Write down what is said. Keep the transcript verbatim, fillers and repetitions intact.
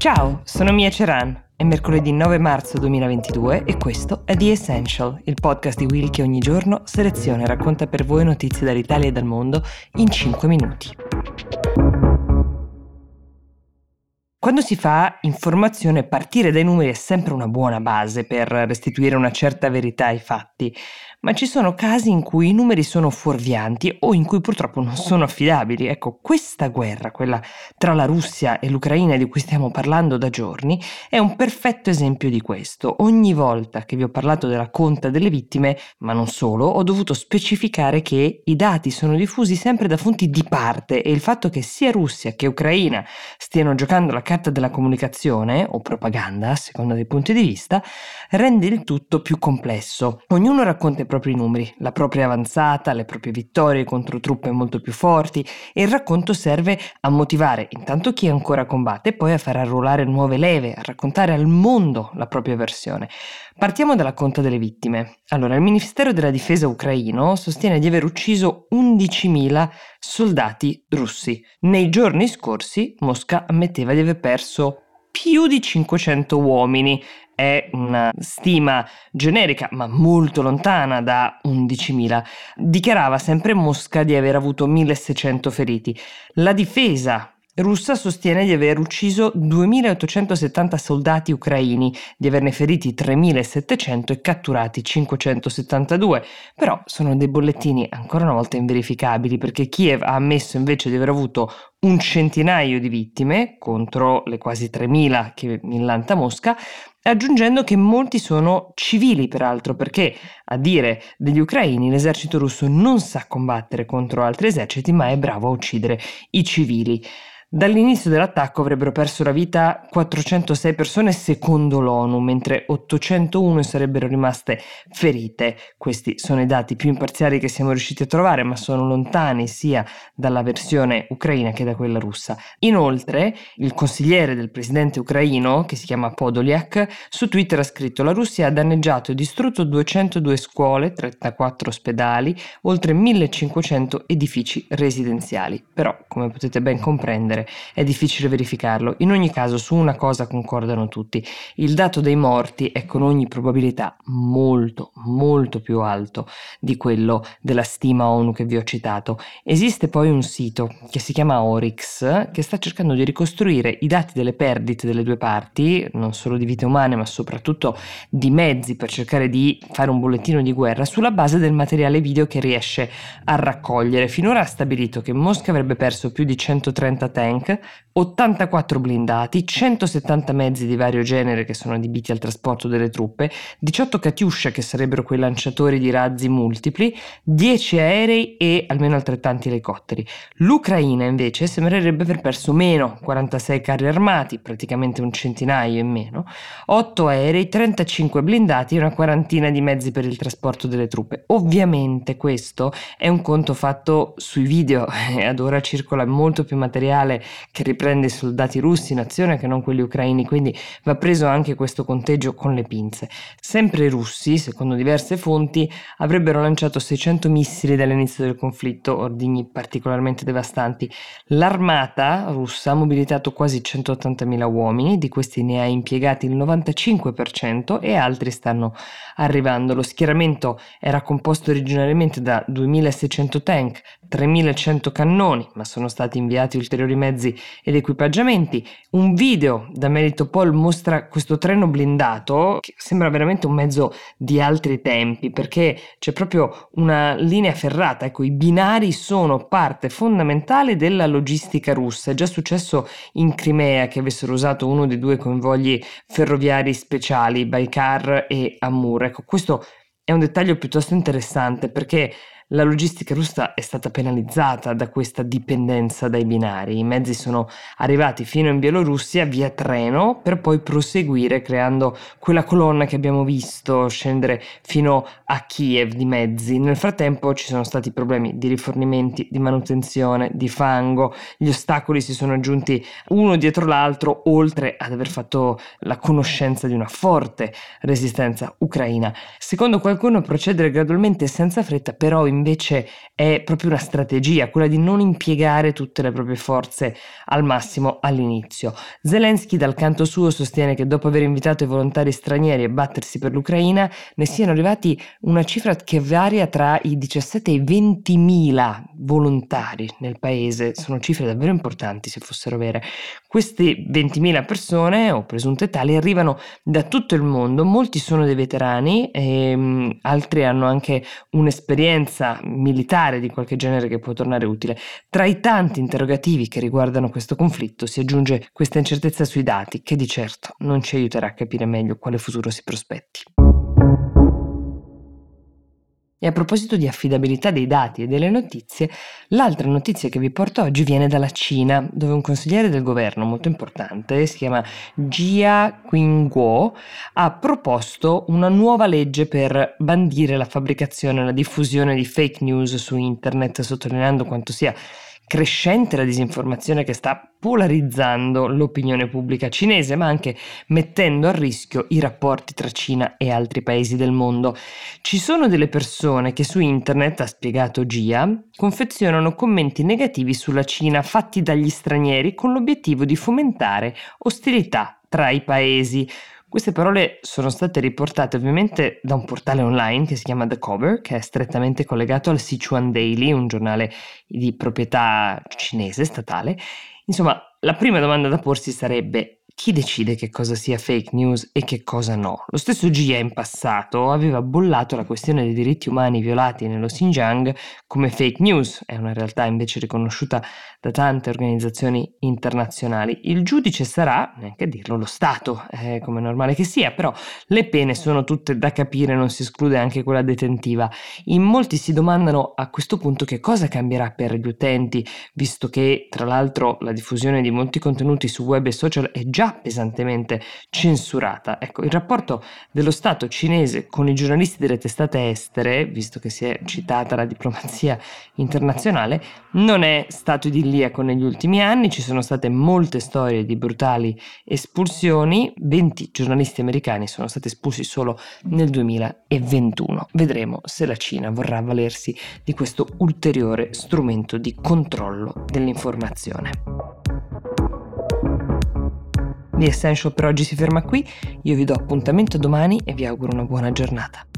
Ciao, sono Mia Ceran. È mercoledì nove marzo duemilaventidue e questo è The Essential, il podcast di Will che ogni giorno seleziona e racconta per voi notizie dall'Italia e dal mondo in cinque minuti. Quando si fa informazione, partire dai numeri è sempre una buona base per restituire una certa verità ai fatti, ma ci sono casi in cui i numeri sono fuorvianti o in cui purtroppo non sono affidabili. Ecco, questa guerra, quella tra la Russia e l'Ucraina di cui stiamo parlando da giorni, è un perfetto esempio di questo. Ogni volta che vi ho parlato della conta delle vittime, ma non solo, ho dovuto specificare che i dati sono diffusi sempre da fonti di parte e il fatto che sia Russia che Ucraina stiano giocando la carta della comunicazione o propaganda, a seconda dei punti di vista, rende il tutto più complesso. Ognuno racconta i propri numeri, la propria avanzata, le proprie vittorie contro truppe molto più forti e il racconto serve a motivare intanto chi ancora combatte e poi a far arruolare nuove leve, a raccontare al mondo la propria versione. Partiamo dalla conta delle vittime. Allora, il Ministero della Difesa ucraino sostiene di aver ucciso undicimila soldati russi. Nei giorni scorsi Mosca ammetteva di aver perso più di cinquecento uomini. È una stima generica, ma molto lontana da undicimila. Dichiarava sempre Mosca di aver avuto milleseicento feriti. La difesa russa sostiene di aver ucciso duemilaottocentosettanta soldati ucraini, di averne feriti tremilasettecento e catturati cinquecentosettantadue. Però sono dei bollettini ancora una volta inverificabili, perché Kiev ha ammesso invece di aver avuto un centinaio di vittime contro le quasi tremila che millanta Mosca, aggiungendo che molti sono civili peraltro, perché a dire degli ucraini l'esercito russo non sa combattere contro altri eserciti ma è bravo a uccidere i civili. Dall'inizio dell'attacco avrebbero perso la vita quattrocentosei persone secondo l'ONU, mentre ottocentouno sarebbero rimaste ferite. Questi sono i dati più imparziali che siamo riusciti a trovare, ma sono lontani sia dalla versione ucraina che da quella russa. Inoltre, il consigliere del presidente ucraino, che si chiama Podolyak, su Twitter ha scritto: la Russia ha danneggiato e distrutto duecentodue scuole, trentaquattro ospedali, oltre millecinquecento edifici residenziali. Però, come potete ben comprendere, è difficile verificarlo. In ogni caso, su una cosa concordano tutti: il dato dei morti è con ogni probabilità molto, molto più alto di quello della stima ONU che vi ho citato. Esiste poi un sito che si chiama Oryx, che sta cercando di ricostruire i dati delle perdite delle due parti, non solo di vite umane, ma soprattutto di mezzi, per cercare di fare un bollettino di guerra sulla base del materiale video che riesce a raccogliere. Finora ha stabilito che Mosca avrebbe perso più di centotrenta tank, ottantaquattro blindati, centosettanta mezzi di vario genere che sono adibiti al trasporto delle truppe, diciotto Katyusha che sarebbero quei lanciatori di razzi multipli, dieci aerei e almeno altrettanti elicotteri. L'Ucraina invece sembrerebbe aver perso meno, quarantasei carri armati, praticamente un centinaio in meno, otto aerei, trentacinque blindati e una quarantina di mezzi per il trasporto delle truppe. Ovviamente questo è un conto fatto sui video e ad ora circola molto più materiale che riprende i soldati russi in azione che non quelli ucraini, quindi va preso anche questo conteggio con le pinze. Sempre i russi, secondo diverse fonti, avrebbero lanciato seicento missili dall'inizio del conflitto, ordigni particolarmente devastanti. L'armata russa ha mobilitato quasi centottantamila uomini, di questi ne ha impiegati il novantacinque per cento e altri stanno arrivando. Lo schieramento era composto originariamente da duemilaseicento tank, tremilacento cannoni, ma sono stati inviati ulteriori mezzi ed equipaggiamenti. Un video da Melitopol mostra questo treno blindato che sembra veramente un mezzo di altri tempi, perché c'è proprio una linea ferrata. Ecco, i binari sono parte fondamentale della logistica russa. È già successo in Crimea che avessero usato uno dei due convogli ferroviari speciali, Baikar e Amur. Ecco, questo è un dettaglio piuttosto interessante, perché la logistica russa è stata penalizzata da questa dipendenza dai binari. I mezzi sono arrivati fino in Bielorussia via treno per poi proseguire creando quella colonna che abbiamo visto scendere fino a Kiev di mezzi. Nel frattempo ci sono stati problemi di rifornimenti, di manutenzione, di fango. Gli ostacoli si sono aggiunti uno dietro l'altro, oltre ad aver fatto la conoscenza di una forte resistenza ucraina. Secondo qualcuno procedere gradualmente e senza fretta, però in invece è proprio una strategia, quella di non impiegare tutte le proprie forze al massimo all'inizio. Zelensky dal canto suo sostiene che dopo aver invitato i volontari stranieri a battersi per l'Ucraina ne siano arrivati una cifra che varia tra i diciassette e i ventimila volontari nel paese. Sono cifre davvero importanti se fossero vere. Queste ventimila persone, o presunte tali, arrivano da tutto il mondo, molti sono dei veterani e mh, altri hanno anche un'esperienza militare di qualche genere che può tornare utile. Tra i tanti interrogativi che riguardano questo conflitto si aggiunge questa incertezza sui dati, che di certo non ci aiuterà a capire meglio quale futuro si prospetti. E a proposito di affidabilità dei dati e delle notizie, l'altra notizia che vi porto oggi viene dalla Cina, dove un consigliere del governo molto importante, si chiama Jia Qingguo, ha proposto una nuova legge per bandire la fabbricazione e la diffusione di fake news su internet, sottolineando quanto sia crescente la disinformazione che sta polarizzando l'opinione pubblica cinese, ma anche mettendo a rischio i rapporti tra Cina e altri paesi del mondo. Ci sono delle persone che su internet, ha spiegato Gia, confezionano commenti negativi sulla Cina fatti dagli stranieri con l'obiettivo di fomentare ostilità tra i paesi. Queste parole sono state riportate ovviamente da un portale online che si chiama The Cover, che è strettamente collegato al Sichuan Daily, un giornale di proprietà cinese statale. Insomma, la prima domanda da porsi sarebbe: chi decide che cosa sia fake news e che cosa no? Lo stesso Jia in passato aveva bollato la questione dei diritti umani violati nello Xinjiang come fake news, è una realtà invece riconosciuta da tante organizzazioni internazionali. Il giudice sarà, neanche a dirlo, lo Stato, è come è normale che sia, però le pene sono tutte da capire, non si esclude anche quella detentiva. In molti si domandano a questo punto che cosa cambierà per gli utenti, visto che tra l'altro la diffusione di molti contenuti su web e social è già pesantemente censurata. Ecco, il rapporto dello Stato cinese con i giornalisti delle testate estere, visto che si è citata la diplomazia internazionale, non è stato idilliaco negli ultimi anni. Ci sono state molte storie di brutali espulsioni, venti giornalisti americani sono stati espulsi solo nel duemilaventuno. Vedremo se la Cina vorrà avvalersi di questo ulteriore strumento di controllo dell'informazione. The Essential per oggi si ferma qui, io vi do appuntamento domani e vi auguro una buona giornata.